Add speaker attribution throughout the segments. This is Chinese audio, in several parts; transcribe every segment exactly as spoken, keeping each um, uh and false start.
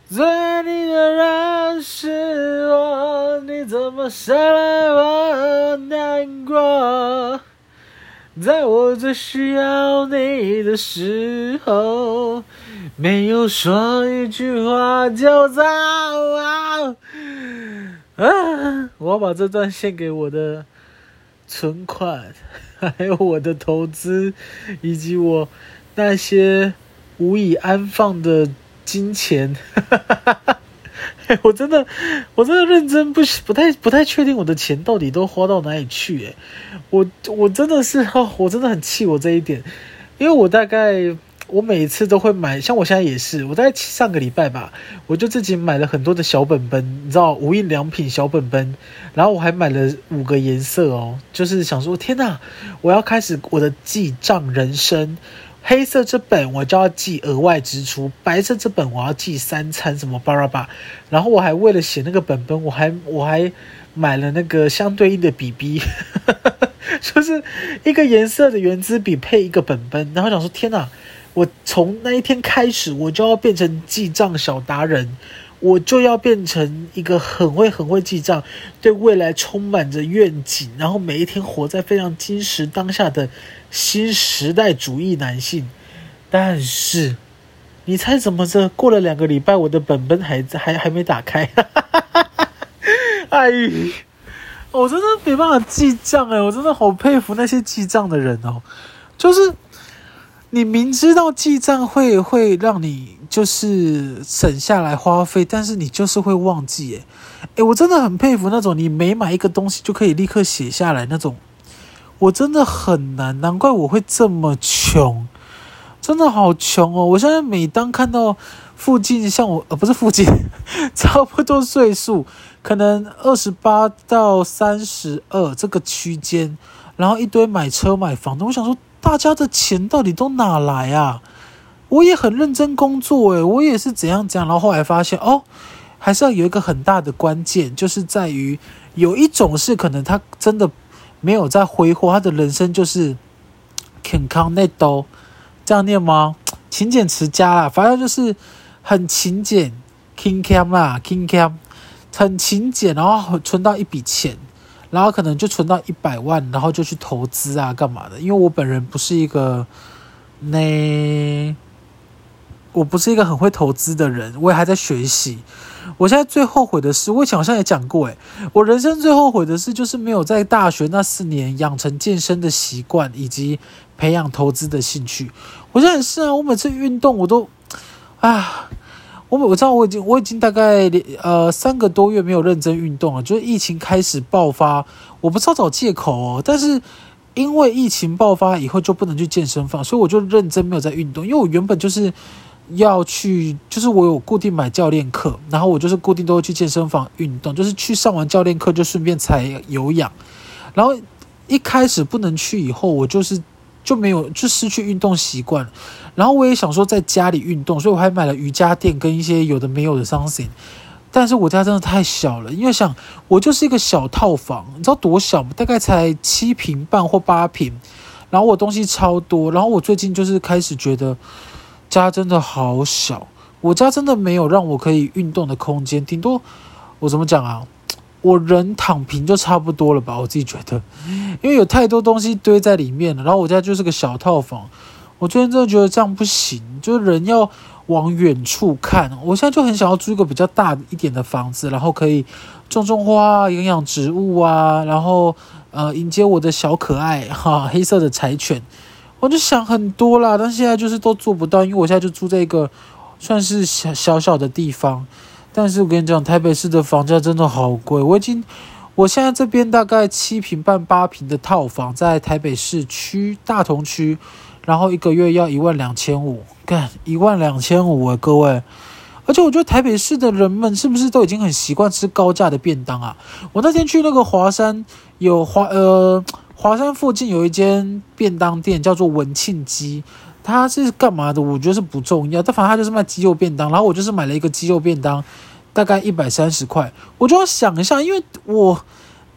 Speaker 1: 最爱你的人是我，你怎么舍得我难过？在我最需要你的时候，没有说一句话就走啊！啊！我要把这段献给我的存款，还有我的投资，以及我那些无以安放的金钱。我真的，我真的认真不不太不太确定我的钱到底都花到哪里去。哎，我我真的是、哦、我真的很气我这一点，因为我大概我每一次都会买，像我现在也是，我大概上个礼拜吧，我就自己买了很多的小本本，你知道无印良品小本本，然后我还买了五个颜色哦，就是想说天哪，我要开始我的记账人生。黑色这本我就要记额外支出，白色这本我要记三餐什么巴拉巴，然后我还为了写那个本本，我还我还买了那个相对应的笔笔，就是一个颜色的圆珠笔配一个本本，然后想说天哪，我从那一天开始我就要变成记账小达人，我就要变成一个很会很会记账，对未来充满着愿景，然后每一天活在非常今时当下的新时代主义男性。但是你猜怎么着？过了两个礼拜，我的本本还还还没打开。哎，我真的没办法记账哎，我真的好佩服那些记账的人哦。就是你明知道记账会会让你就是省下来花费，但是你就是会忘记耶。诶，我真的很佩服那种你每买一个东西就可以立刻写下来那种，我真的很难，难怪我会这么穷，真的好穷哦。我现在每当看到附近像我呃不是附近差不多岁数可能二十八到三十二这个区间，然后一堆买车买房的，我想说大家的钱到底都哪来啊？我也很认真工作诶，我也是怎样怎样，然后后来发现哦，还是要有一个很大的关键，就是在于有一种是可能他真的没有在挥霍，他的人生就是健康内斗，这样念吗？勤俭持家啦，反正就是很勤俭，勤俭啦，勤俭，很勤俭，然后存到一笔钱。然后可能就存到一百万，然后就去投资啊，干嘛的？因为我本人不是一个，那我不是一个很会投资的人，我也还在学习。我现在最后悔的是，我以前好像也讲过，诶，我人生最后悔的是，就是没有在大学那四年养成健身的习惯，以及培养投资的兴趣。我现在也是啊，我每次运动我都，啊。我我知道我已经我已经大概呃三个多月没有认真运动了，就是疫情开始爆发，我不知道找借口哦，但是因为疫情爆发以后就不能去健身房，所以我就认真没有在运动，因为我原本就是要去，就是我有固定买教练课，然后我就是固定都会去健身房运动，就是去上完教练课就顺便踩有氧，然后一开始不能去以后，我就是就没有就失去运动习惯。然后我也想说在家里运动，所以我还买了瑜伽垫跟一些有的没有的 something。但是我家真的太小了，因为想我就是一个小套房，你知道多小吗？大概才七平半或八平，然后我东西超多，然后我最近就是开始觉得家真的好小，我家真的没有让我可以运动的空间，顶多我怎么讲啊？我人躺平就差不多了吧，我自己觉得，因为有太多东西堆在里面了，然后我家就是个小套房。我最近真的觉得这样不行，就是人要往远处看。我现在就很想要租一个比较大一点的房子，然后可以种种花、养养植物啊，然后呃迎接我的小可爱哈，黑色的柴犬。我就想很多啦，但现在就是都做不到，因为我现在就住在一个算是小小小的地方。但是我跟你讲，台北市的房价真的好贵，我已经我现在这边大概七平半八平的套房，在台北市区大同区。然后一个月要一万两千五，干一万两千五哎，各位！而且我觉得台北市的人们是不是都已经很习惯吃高价的便当啊？我那天去那个华山，有华呃华山附近有一间便当店叫做文庆鸡，它是干嘛的？我觉得是不重要，但反正它就是卖鸡肉便当。然后我就是买了一个鸡肉便当，大概一百三十块。我就要想一下，因为我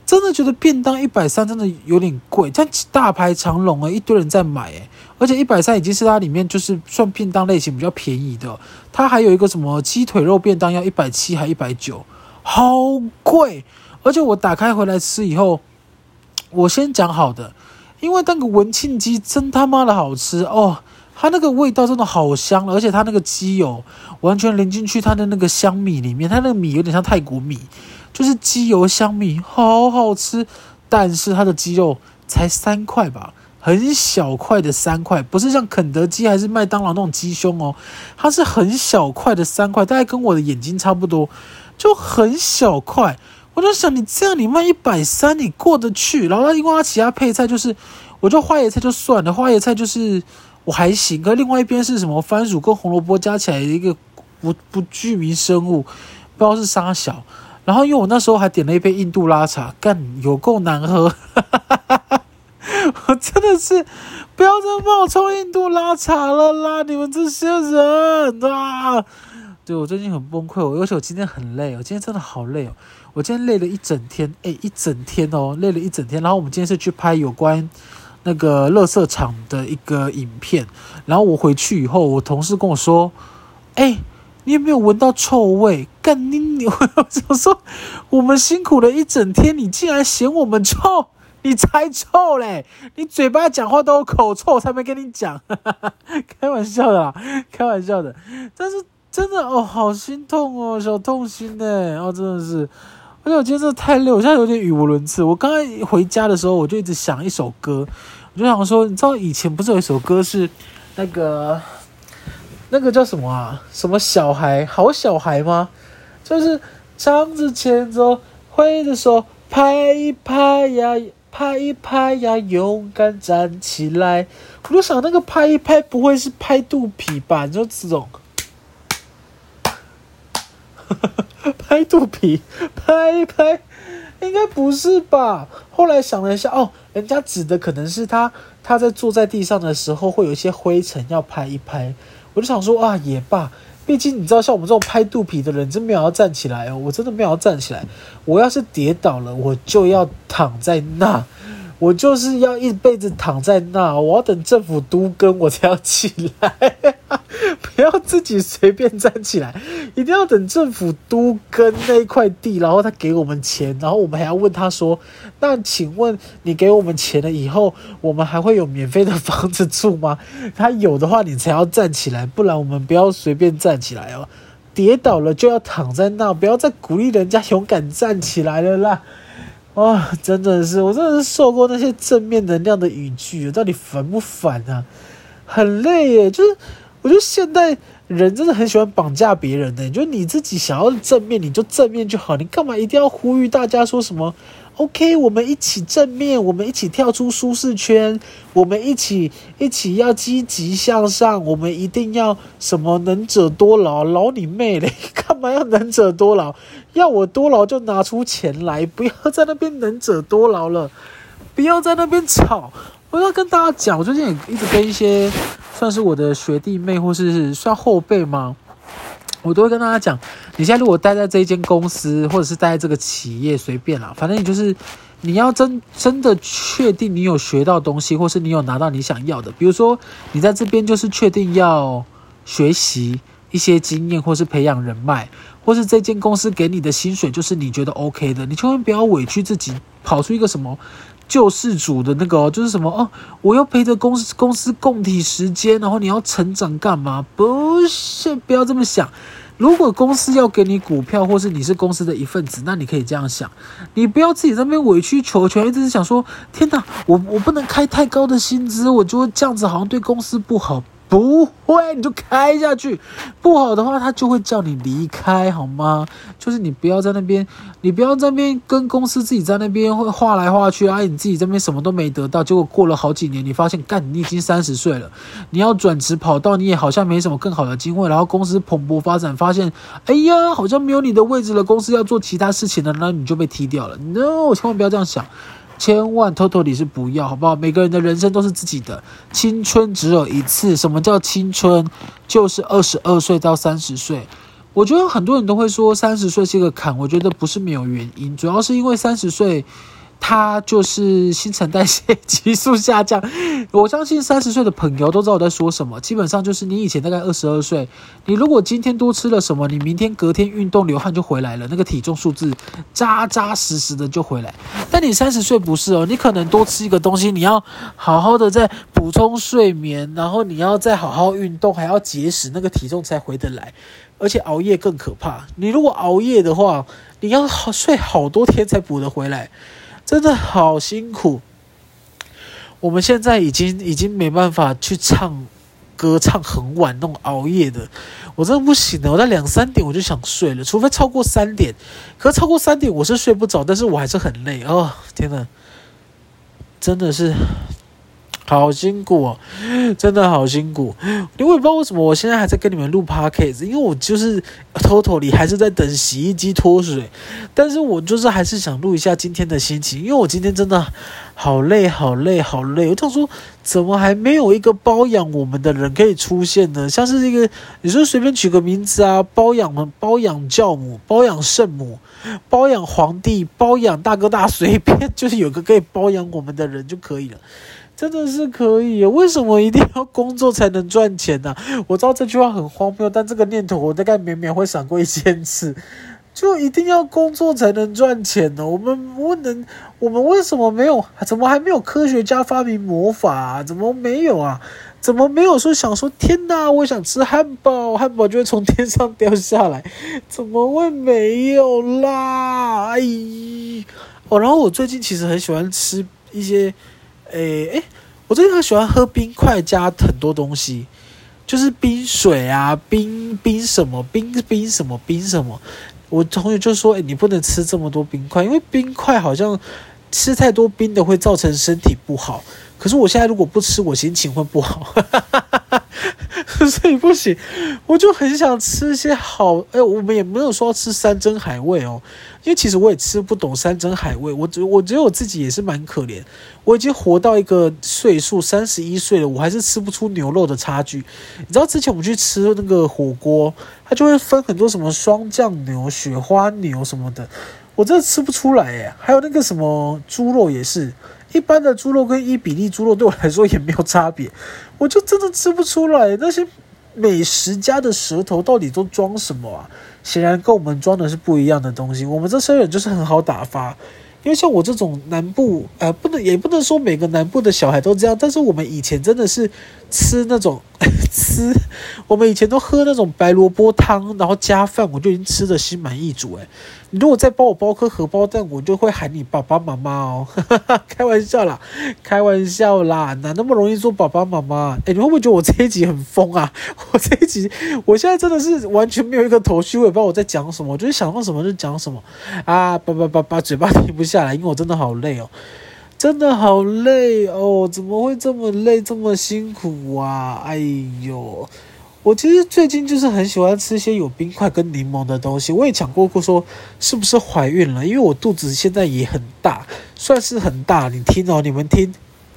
Speaker 1: 真的觉得便当一百三真的有点贵，但大排长龙欸，一堆人在买欸，而且一百三已经是它里面就是算便当类型比较便宜的，它还有一个什么鸡腿肉便当要一百七还一百九，好贵。而且我打开回来吃以后，我先讲好的，因为那个文庆鸡真他妈的好吃哦，它那个味道真的好香，而且它那个鸡油完全淋进去它的那个香米里面，它那个米有点像泰国米，就是鸡油香米，好好吃。但是它的鸡肉才三块吧，很小块的三块，不是像肯德基还是麦当劳那种鸡胸哦，它是很小块的三块，大概跟我的眼睛差不多，就很小块。我就想你这样你卖一百三你过得去，然后因为它其他配菜就是，我就花椰菜就算了，花椰菜就是我还行，可另外一边是什么番薯跟红萝卜加起来的一个不不具名生物，不知道是啥小。然后因为我那时候还点了一杯印度拉茶，干有够难喝，我真的是不要再帮我冲印度拉茶了啦，你们这些人啊！对，我最近很崩溃，我而且我今天很累，我今天真的好累哦，我今天累了一整天，哎，一整天哦，累了一整天。然后我们今天是去拍有关那个垃圾场的一个影片，然后我回去以后，我同事跟我说，哎，你有没有闻到臭味？干你你！我说我们辛苦了一整天，你竟然嫌我们臭，你才臭嘞！你嘴巴讲话都有口臭，才没跟你讲，开玩笑的啦，开玩笑的。但是真的哦，好心痛哦，小痛心呢，哦，真的是。而且我今天真的太累，我现在有点语无伦次。我刚才回家的时候，我就一直想一首歌，我就想说，你知道以前不是有一首歌是那个那个叫什么啊？什么小孩好小孩吗？就是唱着前奏，挥着手，拍一拍呀，拍一拍呀，勇敢站起来。我就想那个拍一拍不会是拍肚皮吧？就这种。拍肚皮，拍一拍，应该不是吧？后来想了一下，哦，人家指的可能是他，他在坐在地上的时候会有一些灰尘要拍一拍。我就想说啊，也罢，毕竟你知道，像我们这种拍肚皮的人，真没有要站起来哦，我真的没有要站起来。我要是跌倒了，我就要躺在那。我就是要一辈子躺在那，我要等政府都更我才要起来，不要自己随便站起来，一定要等政府都更那一块地，然后他给我们钱，然后我们还要问他说，那请问你给我们钱了以后，我们还会有免费的房子住吗？他有的话你才要站起来，不然我们不要随便站起来哦，跌倒了就要躺在那，不要再鼓励人家勇敢站起来了啦。哇、哦，真的是，我真的是受过那些正面能量的语句，到底烦不烦啊？很累耶，就是我觉得现代人真的很喜欢绑架别人的，就是你自己想要正面，你就正面就好，你干嘛一定要呼吁大家说什么 ？OK， 我们一起正面，我们一起跳出舒适圈，我们一起一起要积极向上，我们一定要什么能者多劳，劳你妹嘞！干嘛要能者多劳？要我多劳就拿出钱来，不要在那边能者多劳了，不要在那边吵。我要跟大家讲，我最近也一直跟一些算是我的学弟妹或是算后辈嘛，我都会跟大家讲，你现在如果待在这一间公司，或者是待在这个企业，随便啦，反正你就是你要真真的确定你有学到东西，或是你有拿到你想要的。比如说你在这边就是确定要学习一些经验，或是培养人脉，或是这间公司给你的薪水就是你觉得 OK 的，你千万不要委屈自己跑出一个什么救世主的那个哦，就是什么哦，我要陪着公司公司共体时间，然后你要成长干嘛？不是，不要这么想。如果公司要给你股票，或是你是公司的一份子，那你可以这样想，你不要自己在那边委曲求全，一直想说天哪，我我不能开太高的薪资，我就会这样子好像对公司不好。不会，你就开下去。不好的话，他就会叫你离开，好吗？就是你不要在那边，你不要在那边跟公司自己在那边会画来画去啊，你自己在那边什么都没得到，结果过了好几年，你发现干，你已经三十岁了，你要转职跑道，你也好像没什么更好的机会，然后公司蓬勃发展，发现哎呀，好像没有你的位置了，公司要做其他事情了，然后你就被踢掉了。No， 千万不要这样想。千万 totally 是不要，好不好？每个人的人生都是自己的，青春只有一次。什么叫青春？就是二十二岁到三十岁。我觉得很多人都会说三十岁是一个坎，我觉得不是没有原因，主要是因为三十岁它就是新陈代谢急速下降。我相信三十岁的朋友都知道我在说什么，基本上就是你以前大概二十二岁，你如果今天多吃了什么，你明天隔天运动流汗就回来了，那个体重数字扎扎实实的就回来。但你三十岁不是哦，你可能多吃一个东西，你要好好的再补充睡眠，然后你要再好好运动，还要节食，那个体重才回得来。而且熬夜更可怕，你如果熬夜的话，你要睡好多天才补得回来，真的好辛苦。我们现在已经已经没办法去唱歌唱很晚那种熬夜的，我真的不行了，我在两三点我就想睡了，除非超过三点，可是超过三点我是睡不着，但是我还是很累哦，天哪，真的是好辛苦哦，真的好辛苦。因为我也不知道为什么我现在还在跟你们录 podcast， 因为我就是 totally 还是在等洗衣机脱水，但是我就是还是想录一下今天的心情，因为我今天真的好累好累好累。我想说怎么还没有一个包养我们的人可以出现呢？像是一个你说随便取个名字啊，包养包养教母，包养圣母，包养皇帝，包养大哥大，随便就是有个可以包养我们的人就可以了。真的是可以，为什么一定要工作才能赚钱呢、啊？我知道这句话很荒谬，但这个念头我大概绵绵会闪过一千次。就一定要工作才能赚钱呢？我们不能，我们为什么没有？怎么还没有科学家发明魔法啊？怎么没有啊？怎么没有说想说天哪，我想吃汉堡，汉堡就会从天上掉下来？怎么会没有啦？哎，哦，然后我最近其实很喜欢吃一些。诶诶，我最近很喜欢喝冰块加很多东西，就是冰水啊，冰冰什么，冰冰什么，冰什么。我同学就说：“诶，你不能吃这么多冰块，因为冰块好像吃太多冰的会造成身体不好。可是我现在如果不吃，我心情会不好。”所以不行，我就很想吃一些好，哎，我们也没有说要吃山珍海味哦，因为其实我也吃不懂山珍海味，我只我觉得我自己也是蛮可怜，我已经活到一个岁数，三十一岁了，我还是吃不出牛肉的差距。你知道之前我们去吃那个火锅，它就会分很多什么双酱牛、雪花牛什么的，我真的吃不出来耶。还有那个什么猪肉也是。一般的猪肉跟伊比利猪肉对我来说也没有差别，我就真的吃不出来那些美食家的舌头到底都装什么啊？显然跟我们装的是不一样的东西。我们这些人就是很好打发，因为像我这种南部，呃，不能也不能说每个南部的小孩都这样，但是我们以前真的是吃那种吃，我们以前都喝那种白萝卜汤，然后加饭，我就已经吃得心满意足哎。你如果再帮我包颗荷包蛋，我就会喊你爸爸妈妈哦，开玩笑啦，开玩笑啦，哪那么容易做爸爸妈妈？哎，你会不会觉得我这一集很疯啊？我这一集，我现在真的是完全没有一个头绪，我也不知道我在讲什么，我就是想到什么就讲什么啊，叭叭叭叭，嘴巴停不下来，因为我真的好累哦。真的好累哦，怎么会这么累这么辛苦啊？哎呦，我其实最近就是很喜欢吃一些有冰块跟柠檬的东西。我也讲过过说是不是怀孕了，因为我肚子现在也很大，算是很大，你听哦，你们听，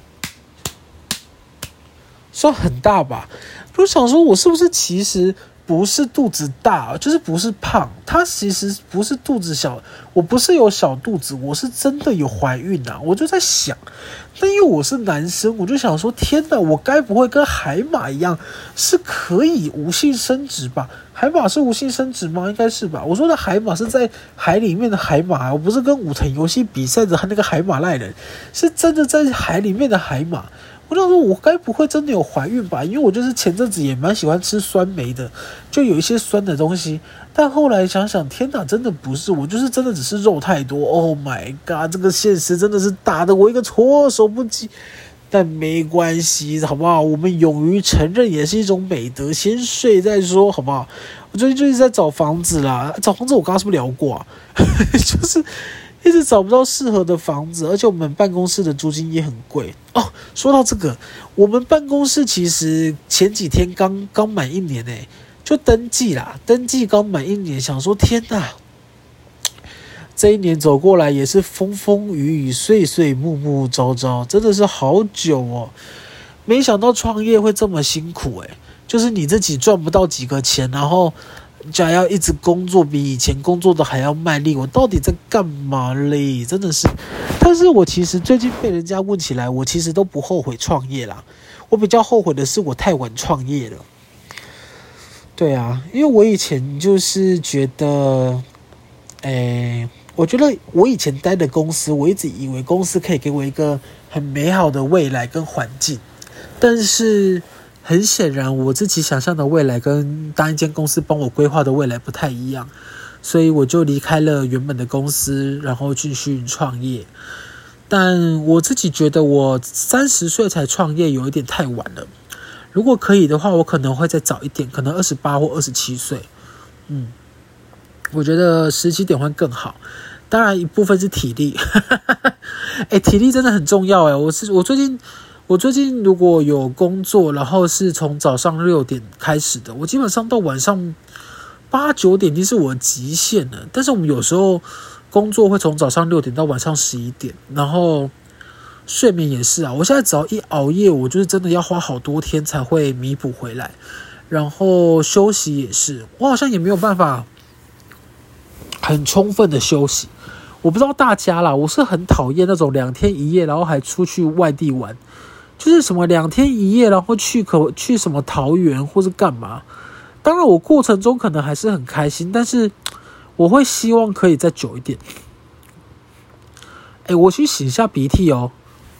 Speaker 1: 算很大吧。就想说我是不是其实不是肚子大，就是不是胖，它其实不是肚子小，我不是有小肚子，我是真的有怀孕啊！我就在想，但因为我是男生，我就想说，天哪，我该不会跟海马一样是可以无性生殖吧？海马是无性生殖吗？应该是吧。我说的海马是在海里面的海马，我不是跟武藤游戏比赛的那个海马赖人，是真的在海里面的海马。我想说，我该不会真的有怀孕吧？因为我就是前阵子也蛮喜欢吃酸梅的，就有一些酸的东西。但后来想想，天哪，真的不是，我就是真的只是肉太多。Oh my god， 这个现实真的是打得我一个措手不及。但没关系，好不好？我们勇于承认也是一种美德，先睡再说，好不好？我最近就一直在找房子啦，找房子我刚刚是不是聊过啊？就是一直找不到适合的房子，而且我们办公室的租金也很贵哦。说到这个，我们办公室其实前几天刚刚满一年诶，就登记啦，登记刚满一年，想说天哪，这一年走过来也是风风雨雨、岁岁暮暮朝朝，真的是好久哦。没想到创业会这么辛苦诶，就是你自己赚不到几个钱，然后家要一直工作，比以前工作的还要卖力，我到底在干嘛嘞？真的是。但是我其实最近被人家问起来，我其实都不后悔创业啦。我比较后悔的是我太晚创业了。对啊，因为我以前就是觉得，诶，我觉得我以前待的公司，我一直以为公司可以给我一个很美好的未来跟环境，但是很显然我自己想象的未来跟当一间公司帮我规划的未来不太一样，所以我就离开了原本的公司，然后继续创业。但我自己觉得我三十岁才创业有一点太晚了，如果可以的话，我可能会再早一点，可能二十八或二十七岁。嗯，我觉得时机点会更好。当然一部分是体力，哎，体力真的很重要哎。我是我最近我最近如果有工作，然后是从早上六点开始的，我基本上到晚上八九点已经是我极限了。但是我们有时候工作会从早上六点到晚上十一点，然后睡眠也是啊。我现在只要一熬夜，我就是真的要花好多天才会弥补回来。然后休息也是，我好像也没有办法很充分的休息。我不知道大家啦，我是很讨厌那种两天一夜，然后还出去外地玩，就是什么两天一夜，然后去可去什么桃园或是干嘛。当然我过程中可能还是很开心，但是我会希望可以再久一点。哎，我去擤一下鼻涕哦。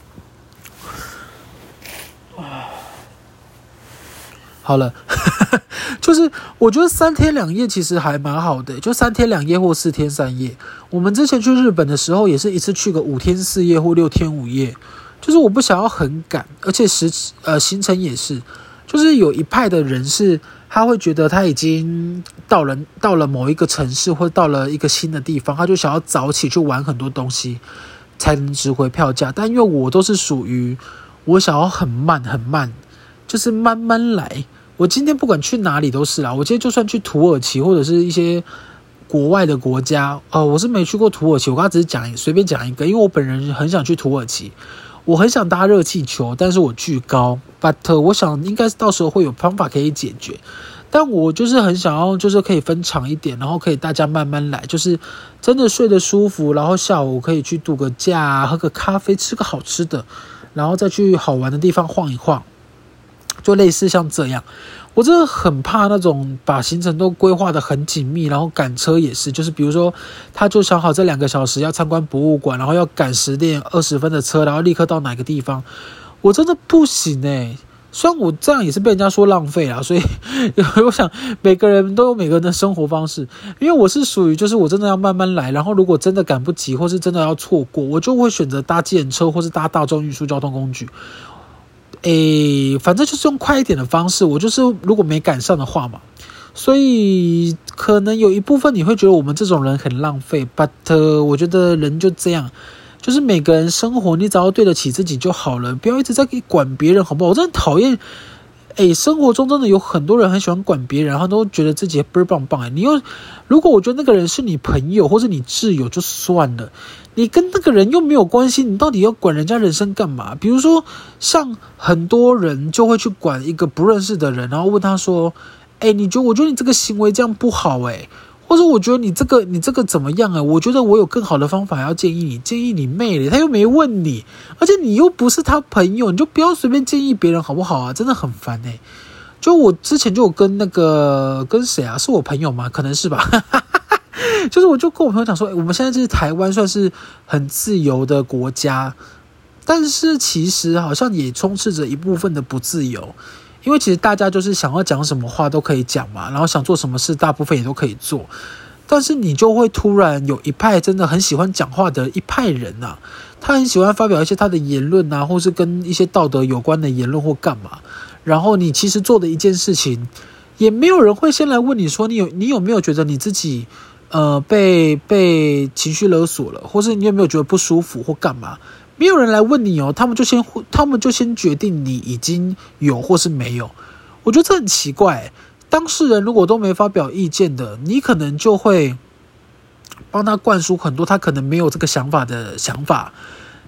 Speaker 1: 好了，就是我觉得三天两夜其实还蛮好的，就三天两夜或四天三夜。我们之前去日本的时候，也是一次去个五天四夜或六天五夜。就是我不想要很赶，而且时呃行程也是，就是有一派的人是他会觉得他已经到了到了某一个城市或到了一个新的地方，他就想要早起去玩很多东西才能值回票价。但因为我都是属于我想要很慢很慢，就是慢慢来。我今天不管去哪里都是啦，我今天就算去土耳其或者是一些国外的国家，呃，我是没去过土耳其，我刚刚只是讲随便讲一个，因为我本人很想去土耳其，我很想搭热气球，但是我巨高 ，but 我想应该是到时候会有方法可以解决，但我就是很想要，就是可以分长一点，然后可以大家慢慢来，就是真的睡得舒服，然后下午可以去度个假，喝个咖啡，吃个好吃的，然后再去好玩的地方晃一晃。就类似像这样，我真的很怕那种把行程都规划得很紧密，然后赶车也是，就是比如说他就想好这两个小时要参观博物馆，然后要赶十点二十分的车，然后立刻到哪个地方，我真的不行欸。虽然我这样也是被人家说浪费啦，所以我想每个人都有每个人的生活方式，因为我是属于就是我真的要慢慢来，然后如果真的赶不及或是真的要错过，我就会选择搭计程车或是搭大众运输交通工具。诶，反正就是用快一点的方式，我就是如果没赶上的话嘛，所以可能有一部分你会觉得我们这种人很浪费 ，but、呃、我觉得人就这样，就是每个人生活你只要对得起自己就好了，不要一直在管别人，好不好？我真的讨厌，诶，生活中真的有很多人很喜欢管别人，然后都觉得自己倍儿棒棒。诶，你又如果我觉得那个人是你朋友或是你挚友就算了。你跟那个人又没有关系，你到底要管人家人生干嘛？比如说，像很多人就会去管一个不认识的人，然后问他说：“哎，你觉得我觉得你这个行为这样不好哎，或者我觉得你这个你这个怎么样哎？我觉得我有更好的方法要建议你，建议你妹嘞，他又没问你，而且你又不是他朋友，你就不要随便建议别人好不好啊？真的很烦哎。就我之前就有跟那个跟谁啊？是我朋友吗？可能是吧。”就是我就跟我朋友讲说，欸，我们现在是台湾算是很自由的国家，但是其实好像也充斥着一部分的不自由，因为其实大家就是想要讲什么话都可以讲嘛，然后想做什么事大部分也都可以做，但是你就会突然有一派真的很喜欢讲话的一派人啊，他很喜欢发表一些他的言论啊，或是跟一些道德有关的言论或干嘛，然后你其实做的一件事情，也没有人会先来问你说你有你有没有觉得你自己呃，被被情绪勒索了，或是你有没有觉得不舒服或干嘛？没有人来问你哦，他们就先他们就先决定你已经有或是没有。我觉得这很奇怪，当事人如果都没发表意见的，你可能就会帮他灌输很多他可能没有这个想法的想法。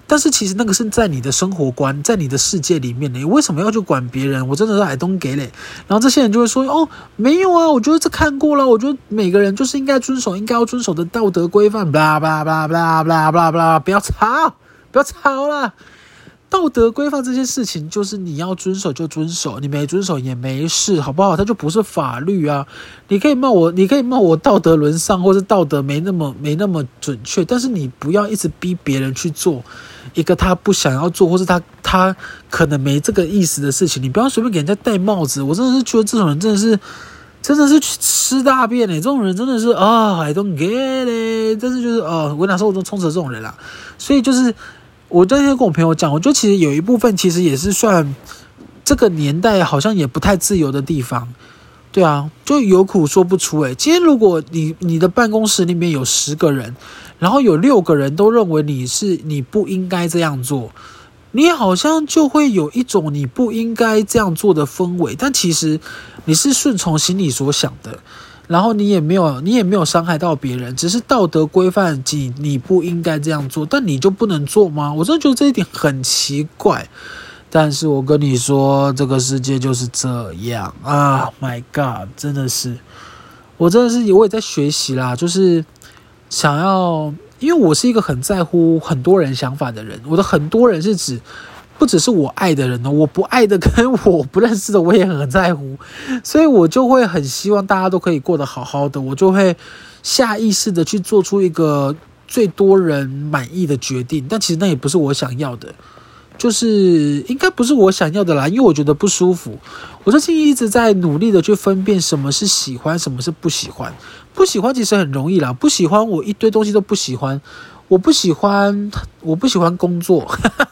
Speaker 1: 但是其实那个是在你的生活观，在你的世界里面，你为什么要去管别人？我真的是 I don't get it。然后这些人就会说，哦，没有啊，我觉得这看过了，我觉得每个人就是应该遵守应该要遵守的道德规范，blah blah blah blah blah blah blah，不要吵，不要吵了。道德规范这些事情，就是你要遵守就遵守，你没遵守也没事，好不好？它就不是法律啊！你可以骂我，你可以骂我道德沦丧，或是道德没那么没那么准确，但是你不要一直逼别人去做一个他不想要做，或是他他可能没这个意思的事情。你不要随便给人家戴帽子，我真的是觉得这种人真的是真的是去吃大便欸！这种人真的是啊 ，I don't get it， 但是就是哦，我哪时候我都充斥这种人啦，所以就是。我那天跟我朋友讲，我觉得其实有一部分其实也是算这个年代好像也不太自由的地方，对啊，就有苦说不出诶。今天如果你你的办公室里面有十个人，然后有六个人都认为你是你不应该这样做，你好像就会有一种你不应该这样做的氛围，但其实你是顺从心里所想的。然后你也没有，你也没有伤害到别人，只是道德规范你你不应该这样做，但你就不能做吗？我真的觉得这一点很奇怪。但是我跟你说，这个世界就是这样啊 ！My God， 真的是，我真的是我也在学习啦，就是想要，因为我是一个很在乎很多人想法的人，我的很多人是指。不只是我爱的人呢，我不爱的跟我不认识的我也很在乎，所以我就会很希望大家都可以过得好好的，我就会下意识的去做出一个最多人满意的决定，但其实那也不是我想要的，就是应该不是我想要的啦，因为我觉得不舒服。我最近一直在努力的去分辨什么是喜欢，什么是不喜欢。不喜欢其实很容易啦，不喜欢我一堆东西都不喜欢，我不喜欢，我不喜欢工作。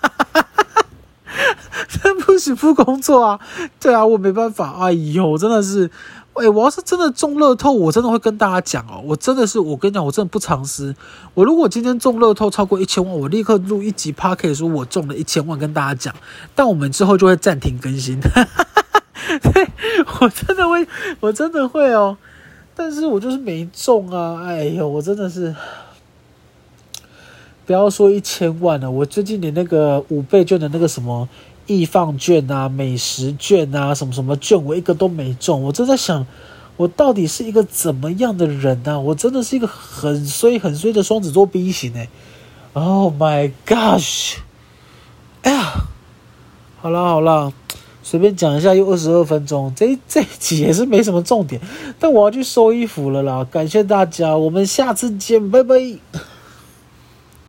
Speaker 1: 真不许不工作啊！对啊，我没办法。哎呦，真的是，哎，我要是真的中乐透，我真的会跟大家讲哦。我真的是，我跟你讲，我真的不藏私。我如果今天中乐透超过一千万，我立刻录一集 podcast 说我中了一千万，跟大家讲。但我们之后就会暂停更新。对，我真的会，我真的会哦。但是我就是没中啊！哎呦，我真的是。不要说一千万了，我最近连那个五倍券的那个什么易放券啊、美食券啊、什么什么券，我一个都没中。我真在想，我到底是一个怎么样的人啊？我真的是一个很衰很衰的双子座 B 型诶、欸、！Oh my gosh！ 哎呀，好啦好啦，随便讲一下，又二十二分钟，这这一集也是没什么重点，但我要去收衣服了啦。感谢大家，我们下次见，拜拜。